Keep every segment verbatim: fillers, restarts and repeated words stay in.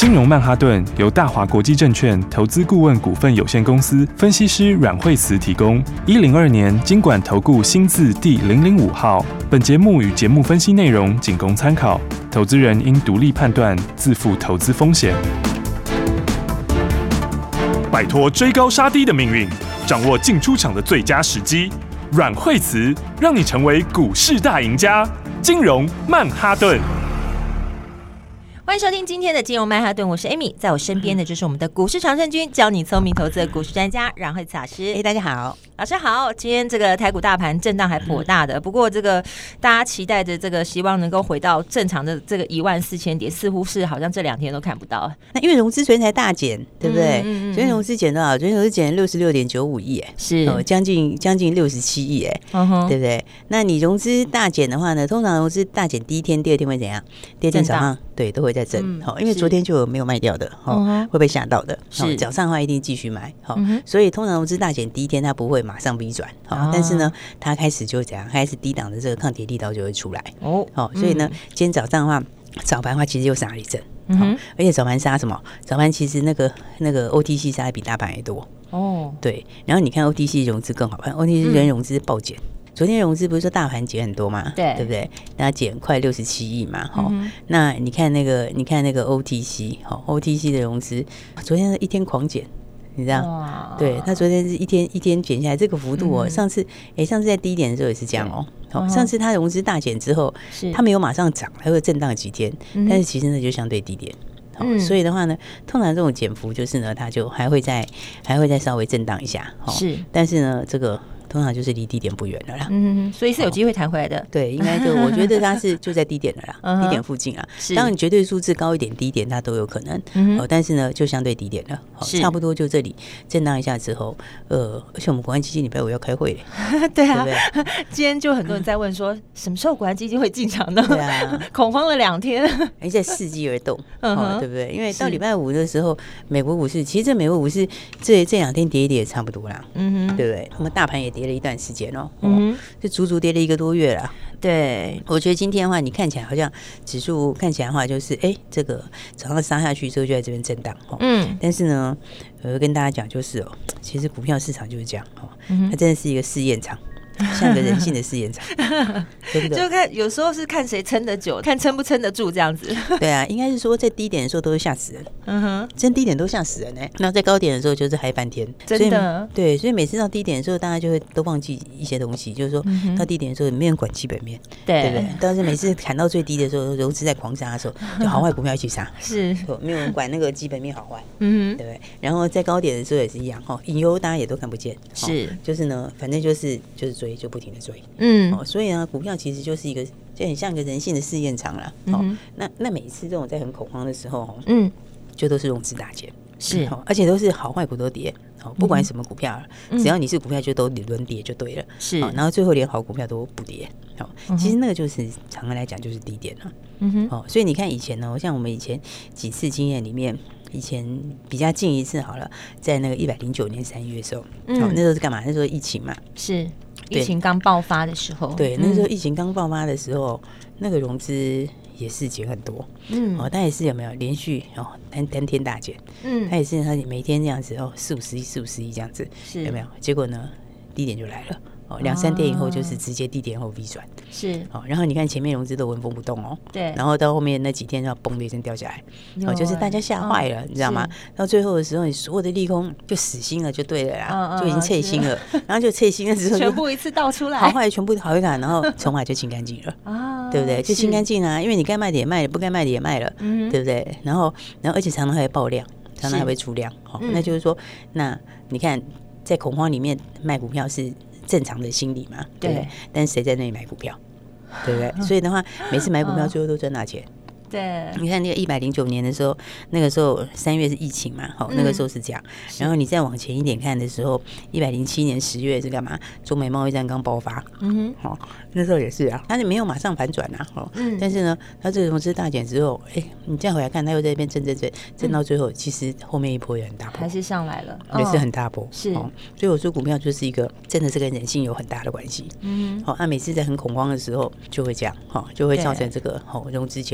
金融曼哈顿由大华国际证券投资顾问股份有限公司分析师阮惠慈提供。一零二年金管投顾新字第零零五号。本节目与节目分析内容仅供参考，投资人应独立判断，自负投资风险。摆脱追高杀低的命运，掌握进出场的最佳时机。阮惠慈让你成为股市大赢家。金融曼哈顿。 欢迎收听今天的金融曼哈顿，我是 Amy， 在我身边的就是我们的股市常胜军，教你聪明投资的股市专家阮惠慈老师。 哎，大家好， 老师好。今天这个台股大盘震荡还颇大的，不过这个大家期待着这个希望能够回到正常的这个一万四千点，似乎是好像这两天都看不到。 那因为融资昨天才大减，对不对？ 嗯嗯嗯、 昨天融资减多少？昨天融资减六十六点九五亿，哎， 是、 哦、将近将近六十七亿，哎、 嗯，对不对？那你融资大减的话呢，通常融资大减第一天、第二天会怎样？第二天早上对都会在震，好、嗯，因为昨天就有没有卖掉的，哦嗯、会被吓到的。是早上的话一定继续买，好、嗯，所以通常融资大减第一天它不会马上 V 转，好、哦，但是呢，它开始就怎样？开始低档的这个抗跌力道就会出来，哦，好、哦，所以呢，嗯、今天早上的话，早盘的话其实又杀了一阵。嗯、而且早盘杀什么？早盘其实那个那个 O T C 杀的比大盘还多哦。对，然后你看 O T C 融资更好看 ，O T C 人融资暴减。嗯、昨天融资不是说大盘减很多吗？对，对不对？那减快六十七亿嘛，哈、嗯。那你看那个，你看那个 O T C， 哈 ，O T C 的融资昨天一天狂减。你知道？对，他昨天是一天一天减下来，这个幅度哦。嗯、上次哎，上次在低点的时候也是这样哦。哦上次它融资大减之后，它没有马上涨，它会震荡几天，嗯、但是其实那就相对低点。嗯、所以的话呢，通常这种减幅就是呢，它就还会再还会再稍微震荡一下。是，但是呢，这个。通常就是离低点不远了啦， 嗯，所以是有机会弹回来的。 哦、对，应该就我觉得它是就在低点了啦，嗯、低点附近啊。当然，绝对数字高一点、低点它都有可能。嗯、哦，但是呢，就相对低点了，哦、差不多就这里震荡一下之后，呃，而且我们国安基金礼拜五要开会嘞。 对啊，对对今天就很多人在问说，什么时候国安基金会进场呢？对啊，恐慌了两天， 而且伺机而动，嗯、哦，对不对？因为到礼拜五的时候，美国股市其实这美国股市这这两天跌一跌也差不多啦，嗯哼，对不对？我们大盘也跌。跌了一段时间哦，嗯，就足足跌了一个多月了。 对， 我觉得今天的话，你看起来好像指数看起来的话，就是哎，这个早上杀下去之后就在这边震荡哦。嗯，但是呢，我跟大家讲就是哦，其实股票市场就是这样哦，它真的是一个试验场。像个人性的试验场，对不对？ 就看有时候是看谁撑得久，看撑不撑得住这样子。 对啊，应该是说在低点的时候都是吓死人，嗯哼，真低点都吓死人呢、欸。那在高点的时候就是嗨半天， 真的。 对，所以每次到低点的时候，大家就会都忘记一些东西，就是说、嗯、到低点的时候没人管基本面，对, 对不对？但是每次砍到最低的时候，融资在狂杀的时候，就好坏股票一起杀，是，没有人管那个基本面好坏，嗯哼，对不对？然后在高点的时候也是一样，哈，隐忧大家也都看不见，是，就是呢，反正就是就是追。就不停的追，嗯、哦，所以呢，股票其实就是一个，就很像一个人性的试验场啦。嗯、哦，那那每一次这种在很恐慌的时候，嗯，就都是融资大减，是、哦，而且都是好坏股都跌，哦，不管什么股票，嗯、只要你是股票就都轮跌就对了，是、哦，然后最后连好股票都不跌，哦，嗯、其实那个就是常常来讲就是低点了，嗯哼，哦，所以你看以前呢，像我们以前几次经验里面。以前比较近一次好了，在那个一百零九年三月的时候，嗯、哦，那时候是干嘛？那时候疫情嘛， 是疫情刚爆发的时候。 对，那时候疫情刚爆发的时候，嗯、那个融资也是减很多，嗯，哦，它也是有没有连续哦单单天大减，嗯，它也是它每天这样子哦四五十亿四五十亿这样子，是有没有？结果呢，低点就来了。哦，两三天以后就是直接低点后 V 转，是哦，然后你看前面融资都纹风不动哦，对，然后到后面那几天要嘣的一声掉下来，哦，就是大家吓坏了，哦、你知道吗？到最后的时候，你所有的利空就死心了，就对了啦，嗯、就已经撤心了，然后就撤心了之后， 全部一次倒出来， 好坏全部好一卡，然后筹码就清干净了啊，对不对？就清干净啊，因为你该卖的也卖了，不该卖的也卖了，嗯、对不对？然后，然后而且常常还会爆量，常常还会出量，哦，嗯、那就是说，那你看在恐慌里面卖股票是。正常的心理嘛，对不对？但是谁在那里买股票，对不对？所以的话，每次买股票最后都赚大钱。对，你看那个一百零九年的时候，那个时候三月是疫情嘛，好、嗯，那个时候是这样。然后你再往前一点看的时候，一百零七年十月是干嘛？中美贸易战刚爆发，嗯哼，好、哦，那时候也是啊，它是没有马上反转啊，哦，嗯、但是呢，它这个融资大减之后，哎，你再回来看，它又在那边震震震震到最后，其实后面一波也很大波， 还是上来了， 也是很大波，是、哦。所以我说股票就是一个真的是跟人性有很大的关系，嗯，好、哦，那每次在很恐慌的时候就会这样，哈、哦，就会造成这个哦融资潜伏很大。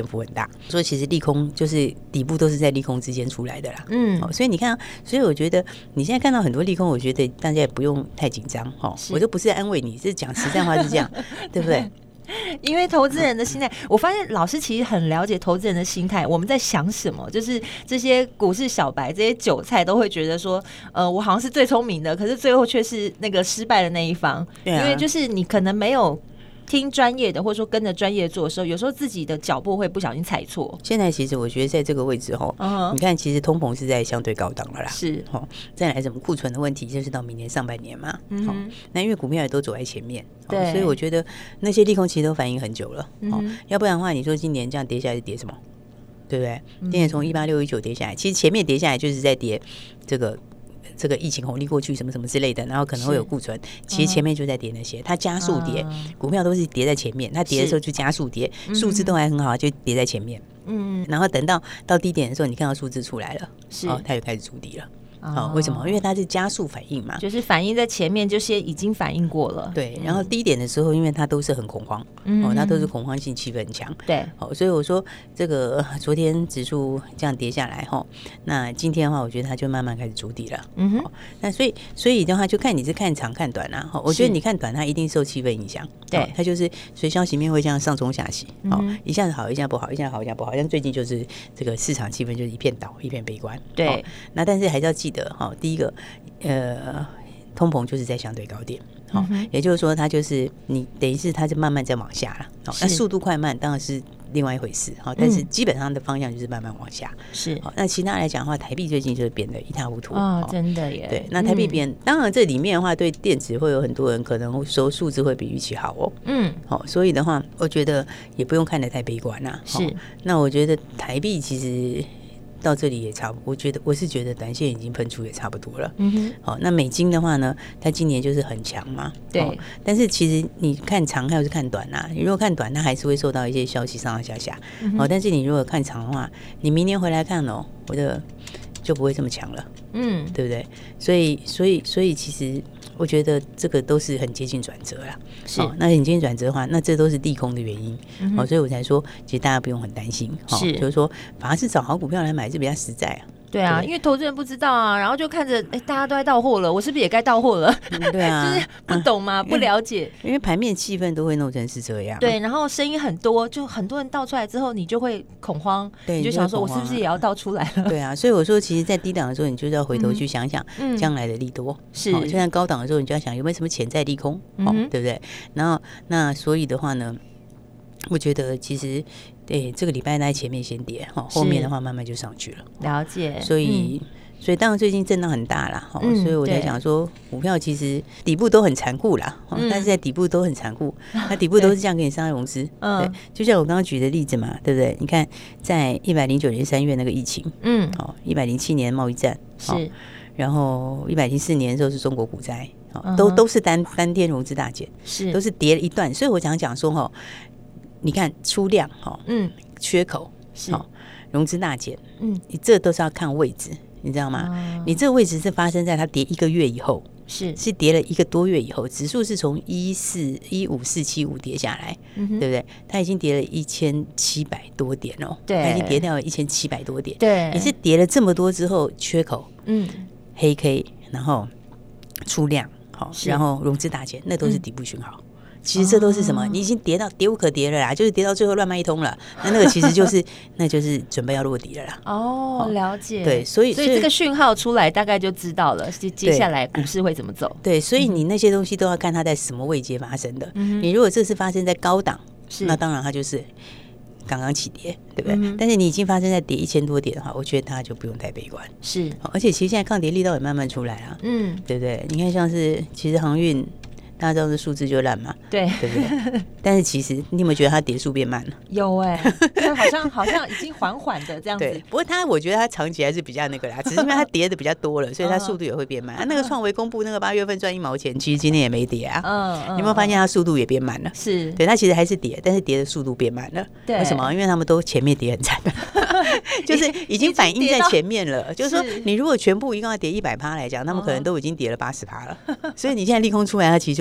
大，所以其实利空就是底部都是在利空之间出来的啦。嗯，哦，所以你看，所以我觉得你现在看到很多利空，我觉得大家也不用太紧张哈。我就不是安慰你，是讲实在话是这样，对不对？ 因为投资人的心态，我发现老师其实很了解投资人的心态，我们在想什么，就是这些股市小白、这些韭菜都会觉得说，呃，我好像是最聪明的，可是最后却是那个失败的那一方，对啊，因为就是你可能没有听专业的，或者说跟着专业做的时候，有时候自己的脚步会不小心踩错。 现在其实我觉得在这个位置哈，嗯、你看其实通膨是在相对高档了啦，是哈。再来什么库存的问题，就是到明年上半年嘛，嗯，那因为股票也都走在前面，对，所以我觉得那些利空其实都反映很久了，嗯，要不然的话，你说今年这样跌下来是跌什么？对不对？今年从一八六一九跌下来，其实前面跌下来就是在跌这个。这个疫情红利过去什么什么之类的，然后可能会有库存，其实前面就在跌那些，它加速跌，股票都是跌在前面，它跌的时候就加速跌，数字都还很好，就跌在前面，嗯，然后等到到低点的时候，你看到数字出来了，是，哦，它就开始筑底了。哦，为什么？因为它是加速反应嘛， 就是反应在前面就先已经反应过了。 对，然后低点的时候，因为它都是很恐慌，嗯、哦，它都是恐慌性气氛很强。 对， 哦，所以我说这个昨天指数这样跌下来，哈、哦，那今天的话，我觉得它就慢慢开始筑底了。嗯哼，哦、那所以所以的话，就看你是看长看短啊。哦，我觉得你看短，它一定受气氛影响。对、哦，它就是随消息面会这样上冲下洗，哦，嗯、一下子好，一下不好，一下好，一下不好。像最近就是这个市场气氛就是一片倒，一片悲观。对，哦、那但是还是要记得哈、哦，第一个。呃，通膨就是在相对高点，好、嗯，也就是说，它就是你等于是它就慢慢在往下了，好，那速度快慢当然是另外一回事，好，但是基本上的方向就是慢慢往下，是好。那其他来讲的话，台币最近就是变得一塌糊涂哦，真的耶。 对，那台币变，嗯、当然这里面的话，对电子会有很多人可能说数字会比预期好哦，嗯，好，所以的话，我觉得也不用看得太悲观啦。是，那我觉得台币其实。到这里也差不多，我觉得我是觉得短线已经喷出也差不多了。嗯哼，好，那美金的话呢，它今年就是很强嘛，对、哦。但是其实你看长还是看短啊？你如果看短，它还是会受到一些消息上上下下。嗯、哦，但是你如果看长的话，你明年回来看哦，我的就不会这么强了。嗯，对不对？所以，所以，所以其实。我觉得这个都是很接近转折啦，是、哦。那很接近转折的话，那这都是利空的原因，嗯、哦，所以我才说，其实大家不用很担心，哦、是，就是说，反而是找好股票来买是比较实在啊。 对啊，对，因为投资人不知道啊，然后就看着，哎，大家都在到货了，我是不是也该到货了？嗯、对啊，就是不懂嘛，嗯、不了解， 因为盘面气氛都会弄成是这样。 对，然后声音很多，就很多人倒出来之后，你就会恐慌，对，你就想说，我是不是也要倒出来了？ 对啊，所以我说，其实，在低档的时候，你就是要回头去想想将来的利多，嗯、是。哦，现在高档的时候，你就要想有没有什么潜在利空，哦，嗯、对不对？然后，那所以的话呢，我觉得其实。对，这个礼拜在前面先跌，后面的话慢慢就上去了。 了解， 所以、嗯、所以当然最近震荡很大啦，嗯、所以我在想说，股票其实底部都很残酷啦，嗯、但是在底部都很残酷，那底部都是这样给你上融资，嗯、对，就像我刚刚举的例子嘛，对不对？你看，在一百零九年三月那个疫情，嗯，哦，一百零七年贸易战是，然后一百零四年的时候是中国股灾，哦，都都是单单天融资大减，是，都是跌了一段，所以我想讲说哈。你看出量哈，嗯，缺口是融资大减，嗯，你这都是要看位置，你知道吗？哦、你这个位置是发生在它跌一个月以后，是是跌了一个多月以后，指数是从一四一五四七五跌下来，嗯、对不对？它已经跌了一千七百多点哦，对，它已经跌掉了一千七百多点，对，你是跌了这么多之后缺口，嗯，黑 K， 然后出量，好，然后融资大减，那都是底部讯号。嗯，其实这都是什么？你已经跌到跌无可跌了啦，就是跌到最后乱卖一通了。那那个其实就是那就是准备要落底了啦。哦，了解。对，所以所以这个讯号出来，大概就知道了接接下来股市会怎么走。 对，所以你那些东西都要看它在什么位阶发生的。嗯、你如果这是发生在高档，那当然它就是刚刚起跌，对不对？嗯、但是你已经发生在跌一千多点的话，我觉得它就不用太悲观。是，而且其实现在抗跌力道也慢慢出来了。嗯，对不对？你看像是其实航运。大家知道这数字就烂嘛，对对不对？但是其实你有没有觉得它跌速变慢了？ 有哎、欸，好像好像已经缓缓的这样子。对， 不过它我觉得它长期还是比较那个啦，只是因为它跌的比较多了，所以它速度也会变慢。啊、那个创维公布那个八月份赚一毛钱，其实今天也没跌啊。嗯，嗯你有没有发现它速度也变慢了？是，对，它其实还是跌，但是跌的速度变慢了。对，为什么？因为他们都前面跌很惨，就是已经反映在前面了。就是说，你如果全部一共要跌一百趴来讲，他们可能都已经跌了八十趴了。所以你现在利空出来，它其实就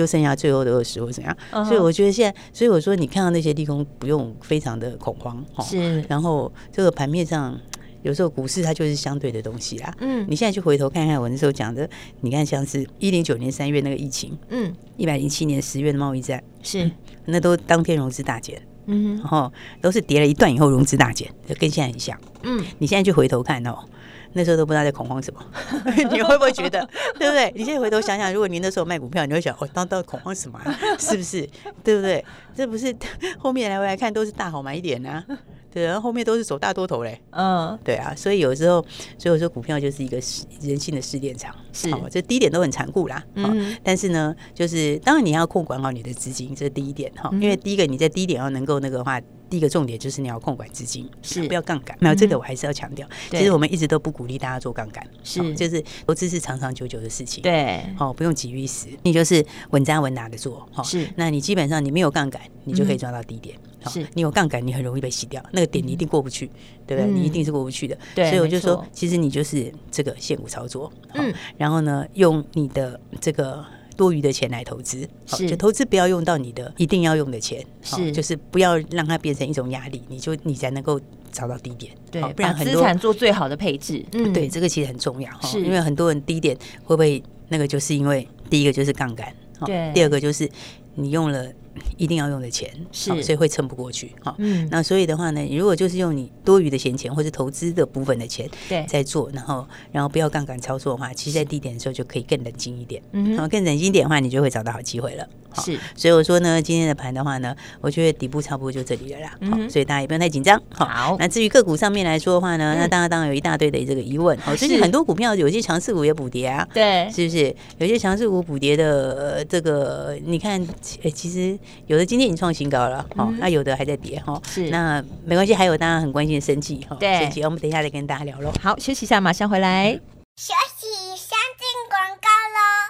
剩下最后的二十或怎样。Uh-huh. 所以我觉得现在，所以我说你看到那些利空不用非常的恐慌， 是。 然后这个盘面上。有时候股市它就是相对的东西啦， 嗯， 你现在去回头看看我那时候讲的，你看像是一零九年三月那个疫情， 嗯， 一百零七年十月的贸易战， 是， 那都当天融资大减， 嗯， 然后都是跌了一段以后融资大减，跟现在很像， 嗯， 你现在去回头看哦，那时候都不知道在恐慌什么，你会不会觉得，对不对？你现在回头想想，如果你那时候卖股票，你会想，哦，当到恐慌什么、啊，是不是？对不对？这不是后面来回来看都是大好买点啊。对，然后后面都是走大多头嘞， 嗯， 对啊，所以有时候，所以我说股票就是一个人性的试炼场， 是， 哦，这低点都很残酷啦，嗯、哦，但是呢，就是当然你要控管好你的资金，这是第一点哈、哦，因为第一个你在低点要能够那个的话。第一个重点就是你要控管资金， 是不要杠杆。没有这个我还是要强调，其实我们一直都不鼓励大家做杠杆， 是、 哦、就是投资是长长久久的事情， 对， 哦，不用急于一时，你就是稳扎稳打的做， 哦，是。 那你基本上你没有杠杆，你就可以抓到低点， 嗯哦、是你有杠杆，你很容易被洗掉，那个点你一定过不去，嗯、对不对？你一定是过不去的， 对。 所以我就说，其实你就是这个现股操作， 嗯， 然后呢，用你的这个。多余的钱来投资，就投资不要用到你的一定要用的钱， 是就是不要让它变成一种压力，你就你才能够找到低点， 对， 不然很多资产做最好的配置， 嗯，对，这个其实很重要， 是因为很多人低点会不会那个就是因为第一个就是杠杆， 对， 第二个就是你用了。一定要用的钱， 是， 所以会撑不过去， 嗯， 那所以的话呢，你如果就是用你多余的闲钱或是投资的部分的钱， 对， 在做，然后然后不要杠杆操作的话，其实在低点的时候就可以更冷静一点， 嗯， 然后更冷静一点的话，你就会找到好机会了。 是， 所以我说呢，今天的盘的话呢，我觉得底部差不多就这里了啦，嗯，所以大家也不用太紧张。 好， 那至于个股上面来说的话呢，嗯、那当然当然有一大堆的这个疑问，好，最近很多股票有些强势股也补跌啊， 对， 是不是？有些强势股补跌的，呃、这个你看，欸，其实有的今天已经创新高了，哦，嗯，那有的还在跌哈， 是， 那没关系，还有大家很关心的生技哈， 对， 生技，我们等一下再跟大家聊喽。 好，休息一下，马上回来。 休息，先进广告喽。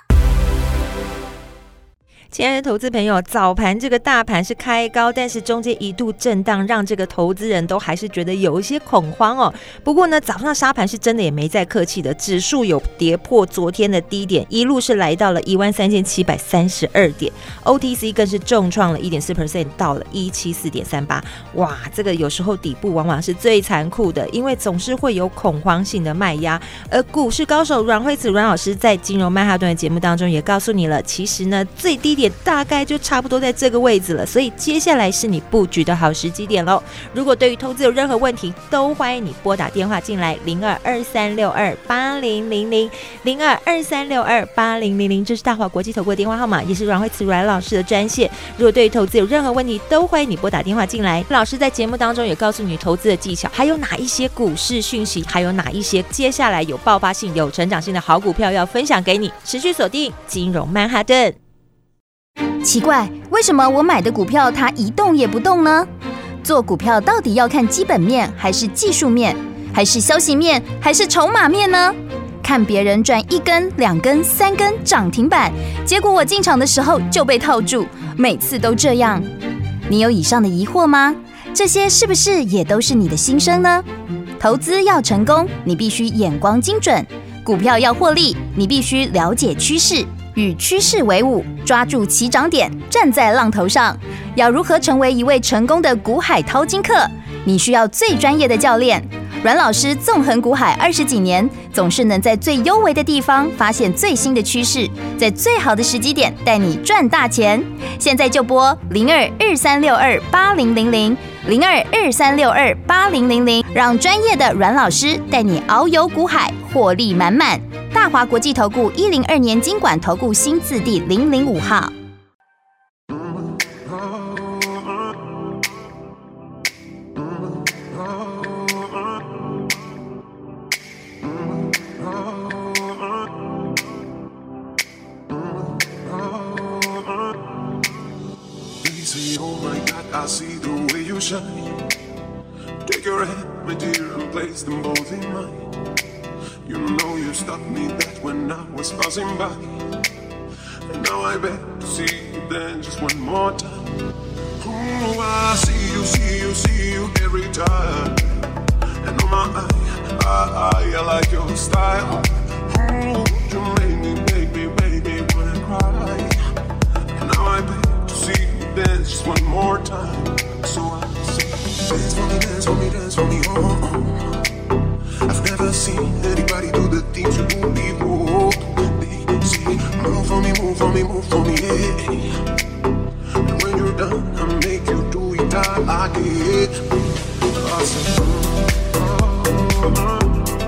亲爱的投资朋友，早盘这个大盘是开高，但是中间一度震荡，让这个投资人都还是觉得有一些恐慌哦。不过呢，早上沙盘是真的也没再客气的，指数有跌破昨天的低点，一路是来到了一万三千七百三十二点 ，O T C 更是重创了 一点四 percent， 到了一七四点三八。哇，这个有时候底部往往是最残酷的，因为总是会有恐慌性的卖压。而股市高手阮慧慈阮老师在金融曼哈顿的节目当中也告诉你了，其实呢，最低点大概就差不多在这个位置了，所以接下来是你布局的好时机点咯。如果对于投资有任何问题，都欢迎你拨打电话进来零二二三六二八零零零 零二二三六二八零零零，这是大华国际投顾的电话号码，也是阮慧慈阮老师的专线。如果对于投资有任何问题，都欢迎你拨打电话进来。老师在节目当中也告诉你投资的技巧，还有哪一些股市讯息，还有哪一些接下来有爆发性、有成长性的好股票要分享给你。持续锁定金融曼哈顿。 奇怪，为什么我买的股票它一动也不动呢？做股票到底要看基本面，还是技术面，还是消息面，还是筹码面呢？看别人赚一根、两根、三根涨停板，结果我进场的时候就被套住，每次都这样。你有以上的疑惑吗？这些是不是也都是你的心声呢？投资要成功，你必须眼光精准；股票要获利，你必须了解趋势。与趋势为伍，抓住起涨点，站在浪头上。要如何成为一位成功的股海淘金客？你需要最专业的教练。阮老师纵横股海二十几年，总是能在最优微的地方发现最新的趋势，在最好的时机点带你赚大钱。现在就拨零二二三六二八零零零零二二三六二八零零零，让专业的阮老师带你遨游股海，获利满满。大华国际投顾一零二年金管投顾新字第零零五号。 Take your hand, my dear, and place them both in mine. You know you stopped me that when I was passing by. And now I beg to see you then just one more time. Oh, I see you, see you, see you every time. And oh my, I, I, I like your style. Oh, you make me, make me, make me wanna cry. never seen anybody do the things you do before. They say, move for me, move for me, move for me, yeah. And when you're done, I make you do it all again. I say, oh, oh,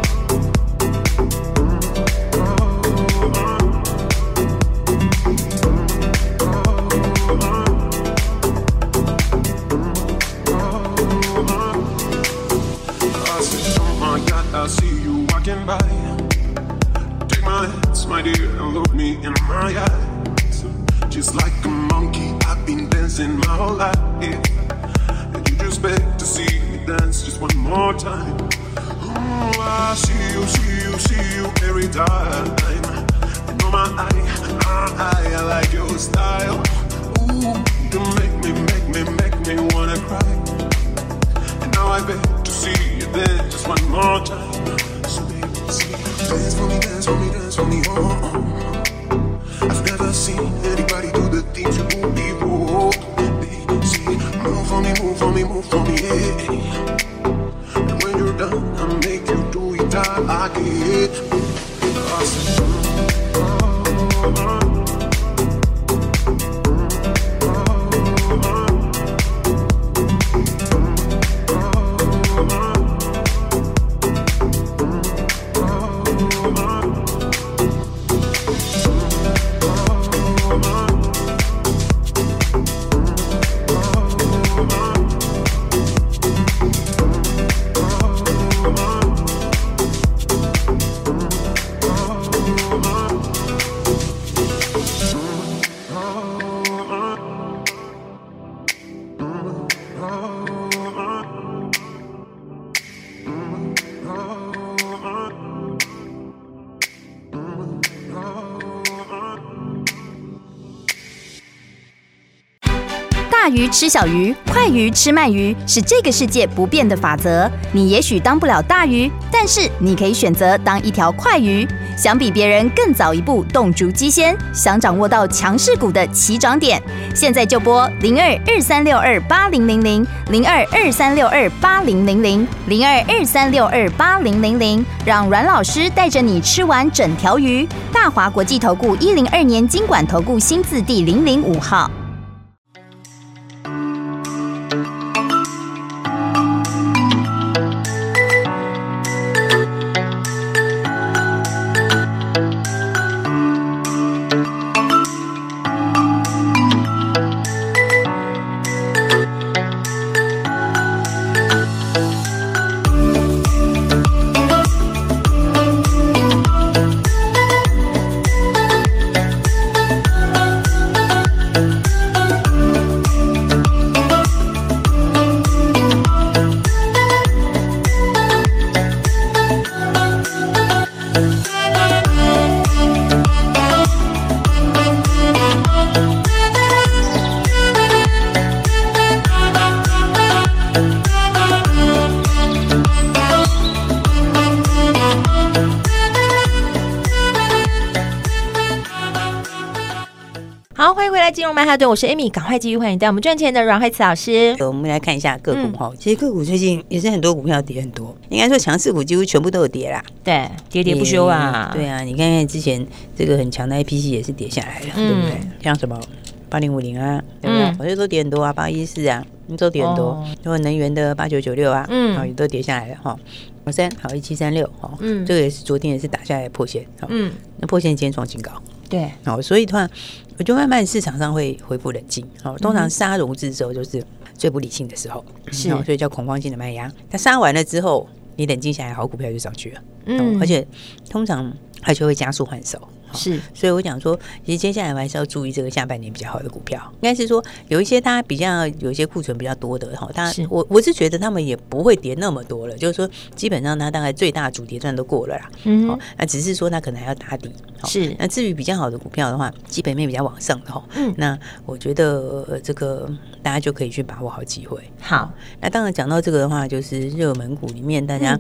I see you walking by. Take my hands, my dear, and look me in my eyes. Just like a monkey, I've been dancing my whole life. And you just beg to see me dance just one more time. Oh, I see you, see you, see you every time. You know my eye, my eye, I like your style. Ooh, you make me, make me, make me wanna cry. And now I beg to see you dance just one more time. So baby, see, dance for me, dance for me, dance for me, oh, oh. I've never seen anybody do the things you do before. Baby, see, move for me, move for me, move for me, yeah. And when you're done, I make you do it all again. I said, oh, oh, oh. 大鱼吃小鱼，快鱼吃慢鱼，是这个世界不变的法则。你也许当不了大鱼，但是你可以选择当一条快鱼。想比别人更早一步动足机先，想掌握到强势股的起涨点，现在就拨零二二三六二八零零零零二二三六二八零零零零二二三六二八零零零，让阮老师带着你吃完整条鱼。大华国际投顾一零二年金管投顾新字第零零五号。 好，欢迎回来金融曼哈顿，我是 Amy， 赶快继续欢迎带我们赚钱的阮慧慈老师。 我们来看一下个股哈、嗯，其实个股最近也是很多股票跌很多，应该说强势股几乎全部都有跌啦。 对，跌跌不休啊。 对啊，你看看之前这个很强的 I P C 也是跌下来了，嗯、对不对？像什么八零五零啊，对不对？我觉得都跌很多啊，八一四啊，都跌很多。然后能源的八九九六啊，嗯，好也都跌下来了哈。好三好一七三六哈，嗯，这个也是昨天也是打下来破线，嗯，那破线今天创新高。 对， 好，所以的话，我觉得慢慢市场上会恢复冷静。好，通常杀融资的时候就是最不理性的时候，是，所以叫恐慌性的卖压。它杀完了之后，你冷静下来，好股票就上去了。嗯，而且通常它就会加速换手。 是， 所以我讲说，其实接下来我还是要注意这个下半年比较好的股票。应该是说，有一些它比较有一些库存比较多的哈，它我我是觉得他们也不会跌那么多了，就是说基本上它大概最大主跌段都过了啦。嗯，好，那只是说它可能还要打底。是，那至于比较好的股票的话，基本面比较往上的哈，嗯，那我觉得、呃、这个大家就可以去把握好机会。 好， 那当然讲到这个的话，就是热门股里面大家、嗯、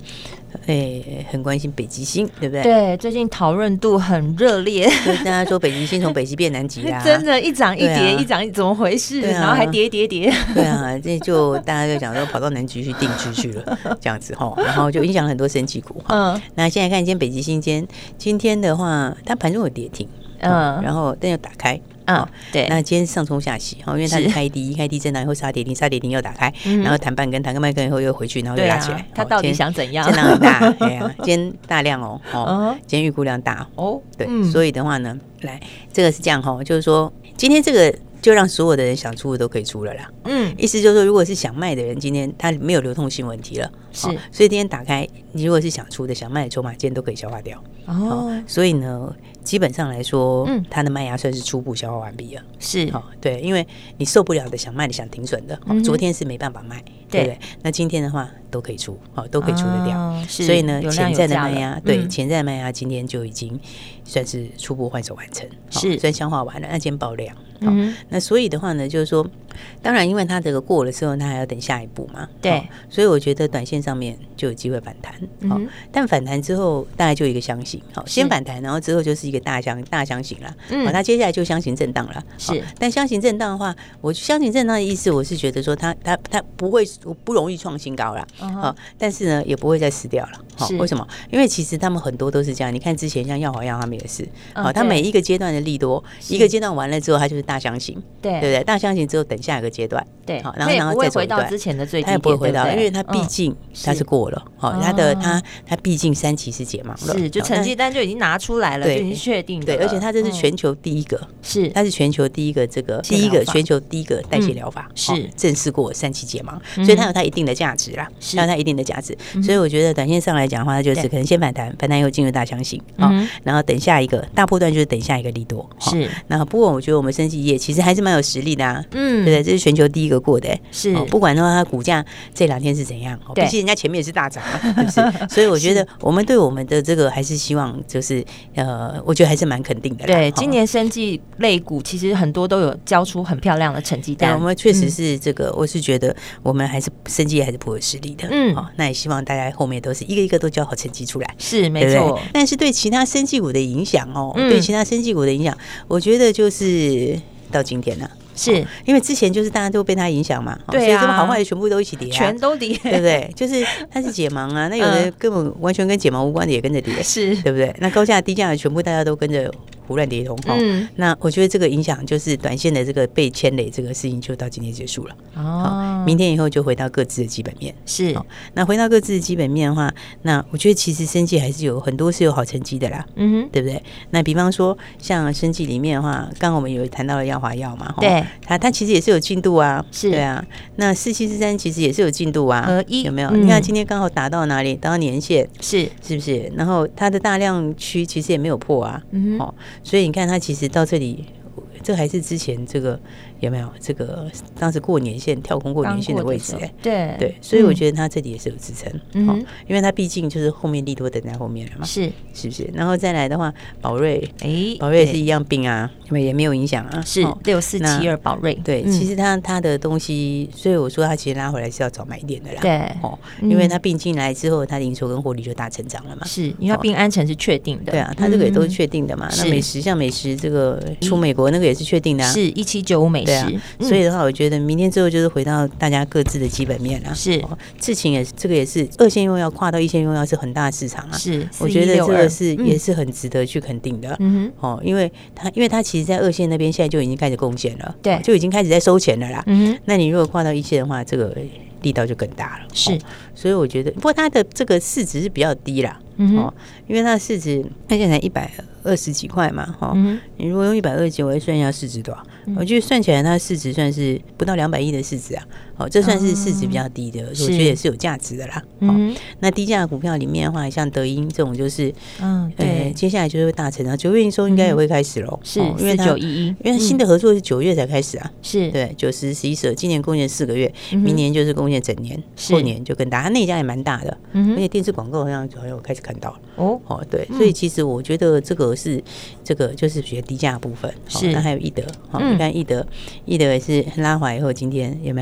哎，很关心北极星，对不对？ 对，最近讨论度很热烈， 就大家说北极星从北极变南极啦， 真的，一涨一跌， 啊、 一涨一怎么回事？ 啊、 然后还跌跌跌。 对啊，这就大家就讲说跑到南极去定居去了，这样子哈，然后就影响了很多生技股。嗯，那现在看今天北极星间，今天的话，它盘中有跌停，嗯，然后但又打开。 嗯，对。 那今天上冲下洗，因为它是开低，开低震荡以后杀跌停，杀跌停又打开，嗯、然后弹半根，弹个半根以后又回去，然后又拉起来。 它、啊、到底想怎样？ 震荡很大，对啊，今天大量哦，哦，今天预估量大哦，对，嗯、所以的话呢，来这个是这样哈，就是说今天这个。就让所有的人想出的都可以出了啦，嗯，意思就是说，如果是想卖的人，今天他没有流通性问题了，是，所以今天打开，你如果是想出的、想卖的筹码，今天都可以消化掉，哦，所以呢，基本上来说，嗯，它的卖压算是初步消化完毕了， 是， 哦，对，因为你受不了的、想卖的、想停损的，哦，昨天是没办法卖，对不对？那今天的话都可以出，哦，都可以出得掉，所以呢，潜在的卖压，对，潜在的卖压今天就已经算是初步换手完成，是，算消化完了，那今天爆量。嗯，那所以的话呢，就是说，当然，因为它这个过了之后，它还要等下一步嘛。 对， 哦、所以我觉得短线上面就有机会反弹。好、嗯哦，但反弹之后大概就一个箱型。好、哦，先反弹，然后之后就是一个大箱大箱型了。嗯、哦，它接下来就箱型震荡了。是、哦，但箱型震荡的话，我箱型震荡的意思，我是觉得说它它它不会不容易创新高了。哦、uh ， huh. 但是呢，也不会再死掉了。好、哦，为什么？因为其实他们很多都是这样。你看之前像耀华药，他们也是。哦，它每一个阶段的利多，一个阶段完了之后，它就是大箱型，对对不对？大箱型之后等下一个阶段， 对， 好，然后然后再回到之前的最低点， 它也不会回到，因为它毕竟它是过了，好，它的它它毕竟三期是解盲了， 是就成绩单就已经拿出来了，就已经确定的， 对，而且它这是全球第一个，是它是全球第一个这个第一个全球第一个代谢疗法，是正式过三期解盲，所以它有它一定的价值啦，它有它一定的价值，所以我觉得短线上来讲的话，它就是可能先反弹，反弹以后进入大箱型，好，然后等下一个大波段就是等下一个利多，是，那不过我觉得我们生技业其实还是蛮有实力的啊，嗯，对不对？这是全球第一个过的，是，不管的话它股价这两天是怎样，毕竟人家前面也是大涨嘛，是不是？所以我觉得我们对我们的这个还是希望就是呃，我觉得还是蛮肯定的。 对，今年生技类股其实很多都有交出很漂亮的成绩单， 我们确实是这个，我是觉得我们还是生技还是颇有实力的，嗯，好，那也希望大家后面都是一个一个都交好成绩出来， 是没错。 但是对其他生技股的影响哦，对其他生技股的影响，我觉得就是到今天了。是因为之前就是大家都被它影响嘛，对啊，所以这么好坏的全部都一起跌， 全都跌， 对不对？就是它是解盲啊，那有的根本完全跟解盲无关的也跟着跌，是对不对？那高价低价的全部大家都跟着胡乱跌通，嗯，那我觉得这个影响就是短线的这个被牵累这个事情就到今天结束了，哦，明天以后就回到各自的基本面，是，那回到各自的基本面的话，那我觉得其实生技还是有很多是有好成绩的啦，嗯哼，对不对？那比方说像生技里面的话，刚刚我们有谈到了耀华药嘛，对。它它其实也是有进度啊，是，对啊。那四七四三其实也是有进度啊，呃，有没有？嗯、你看今天刚好打到哪里？打到年线，是是不是？然后它的大量区其实也没有破啊，嗯、哦，所以你看它其实到这里，这还是之前这个有没有？这个当时过年线跳空过年线的位置、欸，哎，对对，所以我觉得它这里也是有支撑，嗯、哦，因为它毕竟就是后面利多等在后面了嘛，是是不是？然后再来的话，宝瑞，哎，宝瑞也是一样病啊，也没有影响啊， 是六四七二宝瑞， 对，嗯、其实它它的东西，所以我说它其实拉回来是要找买点的啦，对，哦，因为它并进来之后，它的营收跟获利就大成长了嘛， 是因为它并安成是确定的， 对啊，它这个也都是确定的嘛，那美食像美食这个出美国那个也是确定的啊， 是一七九五美食，啊嗯、所以的话，我觉得明天之后就是回到大家各自的基本面了，是，事情也是这个也是二线用药跨到一线用药是很大的市场啊，是，我觉得这个是、嗯、也是很值得去肯定的，嗯哼，哦，因为它因为它其实在二线那边现在就已经开始贡献了，对，就已经开始在收钱了啦，嗯哼，那你如果跨到一线的话，这个力道就更大了，是，哦、所以我觉得，不过它的这个市值是比较低啦，嗯、哦，因为它的市值它现在才一百二十几块嘛，哈、哦，嗯、你如果用一百二十几，我会算一下市值多少，嗯、我觉得算起来它的市值算是不到两百亿的市值啊，哦，这算是市值比较低的，哦、我觉得也是有价值的啦，嗯、哦，那低价的股票里面的话，像德音这种就是，嗯，对，呃、接下来就是会大成长，九月营收应该也会开始喽， 是，因为九一一， 因为它新的合作是九月才开始啊，是对，九十、十一、十二，今年贡献四个月，嗯、明年就是贡献整年，后年就更大，它那家也蛮大的，嗯、而且电视广告好像好像我开始看到了，哦，哦，对，所以其实我觉得这个是这个就是学低价部分，是，那还有易德，好，你看易德，易德也是拉回来以后，今天有没有？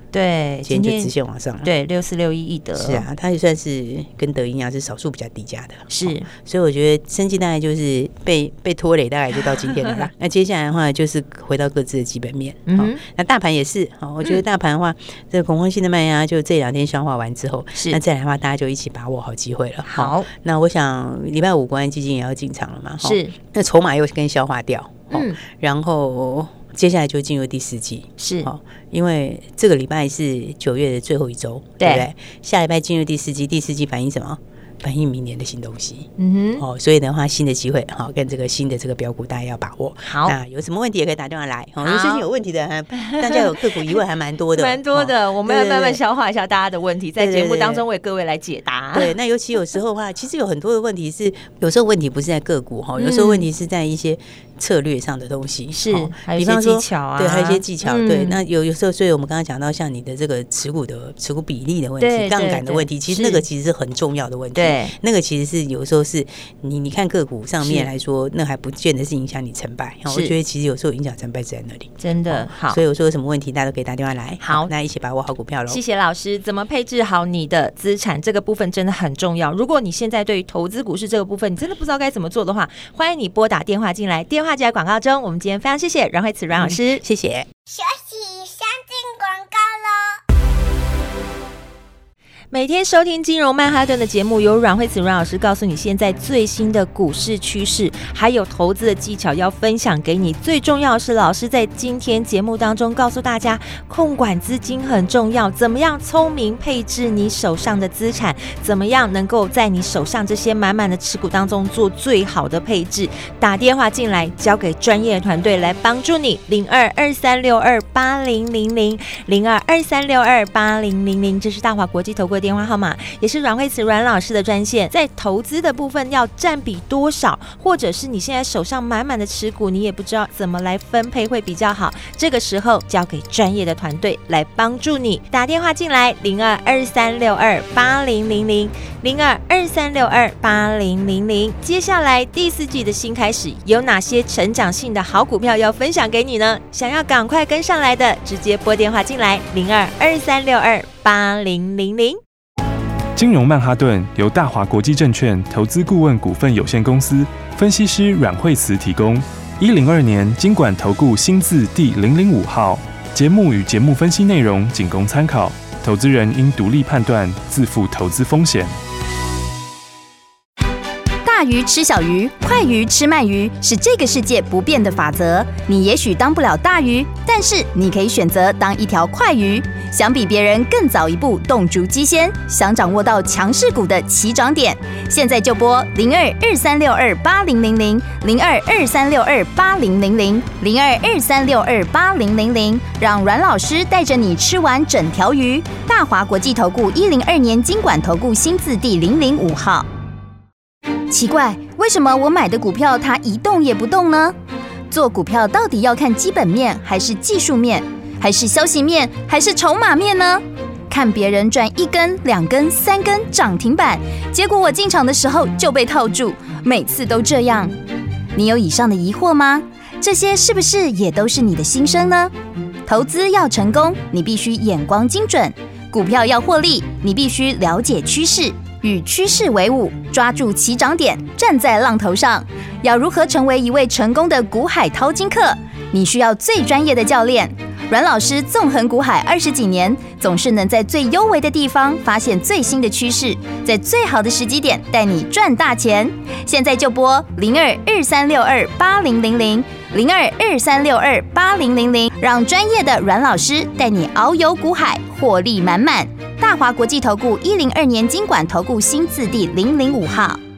对， 今天就直线往上了。 对，六四六一易德是啊，它也算是跟德一样，是少数比较低价的。 是、哦， 所以我觉得生技大概就是被被拖累，大概就到今天了啦。那接下来的话，就是回到各自的基本面。嗯、哦，那大盘也是。哦，我觉得大盘的话，嗯、这个恐慌性的卖压就这两天消化完之后，是那再来的话，大家就一起把握好机会了。好，那我想礼拜五国安基金也要进场了嘛。是，那筹码又跟消化掉。嗯，然后接下来就进入第四季，是哦，因为这个礼拜是九月的最后一周，对不对？下礼拜进入第四季，第四季反映什么？反映明年的新东西，嗯哼，哦，所以的话，新的机会，哈、哦，跟这个新的这个标股，大家要把握。好，那有什么问题也可以打电话来。哦，因为最近有问题的，大家有个股疑问还蛮多的， 蛮多的、哦，我们要慢慢消化一下大家的问题，在节目当中为各位来解答。 对，那尤其有时候的话，其实有很多的问题是，有时候问题不是在个股哈，有时候问题是在一些策略上的东西，是，哦、 还有一些技巧啊， 对，还有一些技巧，嗯、对。那有有时候，所以我们刚刚讲到，像你的这个持股的持股比例的问题、杠杆的问题，其实那个其实是很重要的问题。对，那个其实。是有时候是你你看个股上面来说，那还不见得是影响你成败。我觉得其实有时候影响成败在那里， 真的、哦、好。 所以我说有什么问题，大家都可以打电话来。好，那一起把握好股票喽。 谢谢老师。怎么配置好你的资产，这个部分真的很重要。如果你现在对于投资股市这个部分，你真的不知道该怎么做的话，欢迎你拨打电话进来。电话就在广告中。我们今天非常谢谢阮慧慈阮老师、嗯， 谢谢。 休息，先进广告喽。 每天收听金融曼哈顿的节目，由阮慧慈阮老师告诉你现在最新的股市趋势，还有投资的技巧要分享给你。最重要的是，老师在今天节目当中告诉大家，控管资金很重要，怎么样聪明配置你手上的资产，怎么样能够在你手上这些满满的持股当中做最好的配置。打电话进来，交给专业团队来帮助你。零二二三六二八零零零零二二三六二八零零零，这是大华国际投顾电话号码，也是阮慧慈阮老师的专线。在投资的部分要占比多少，或者是你现在手上满满的持股，你也不知道怎么来分配会比较好，这个时候交给专业的团队来帮助你。打电话进来零二二三六二八零零零零二二三六二八零零零。接下来第四季的新开始，有哪些成长性的好股票要分享给你呢？想要赶快跟上来的，直接拨电话进来零二二三六二八零零零。 金融曼哈顿由大华国际证券投资顾问股份有限公司分析师阮慧慈提供。一零二年金管投顾新字第零零五号。节目与节目分析内容仅供参考，投资人应独立判断，自负投资风险。 大鱼吃小鱼，快鱼吃慢鱼，是这个世界不变的法则。你也许当不了大鱼，但是你可以选择当一条快鱼。想比别人更早一步动足机先，想掌握到强势股的起涨点，现在就拨零二二三六二八零零零零二二三六二八零零零零二二三六二八零零零，让阮老师带着你吃完整条鱼。大华国际投顾一零二年金管投顾新字第零零五号。奇怪，为什么我买的股票它一动也不动呢？做股票到底要看基本面，还是技术面，还是消息面，还是筹码面呢？看别人赚一根、两根、三根涨停板，结果我进场的时候就被套住，每次都这样。你有以上的疑惑吗？这些是不是也都是你的心声呢？投资要成功，你必须眼光精准；股票要获利，你必须了解趋势。与趋势为伍，抓住起涨点，站在浪头上。要如何成为一位成功的股海淘金客？你需要最专业的教练。阮老师纵横股海二十几年，总是能在最优微的地方发现最新的趋势，在最好的时机点带你赚大钱。现在就拨零二二三六二八零零零零二二三六二八零零零，让专业的阮老师带你遨游股海，获利满满。大华国际投顾一零二年金管投顾新字第零零五号。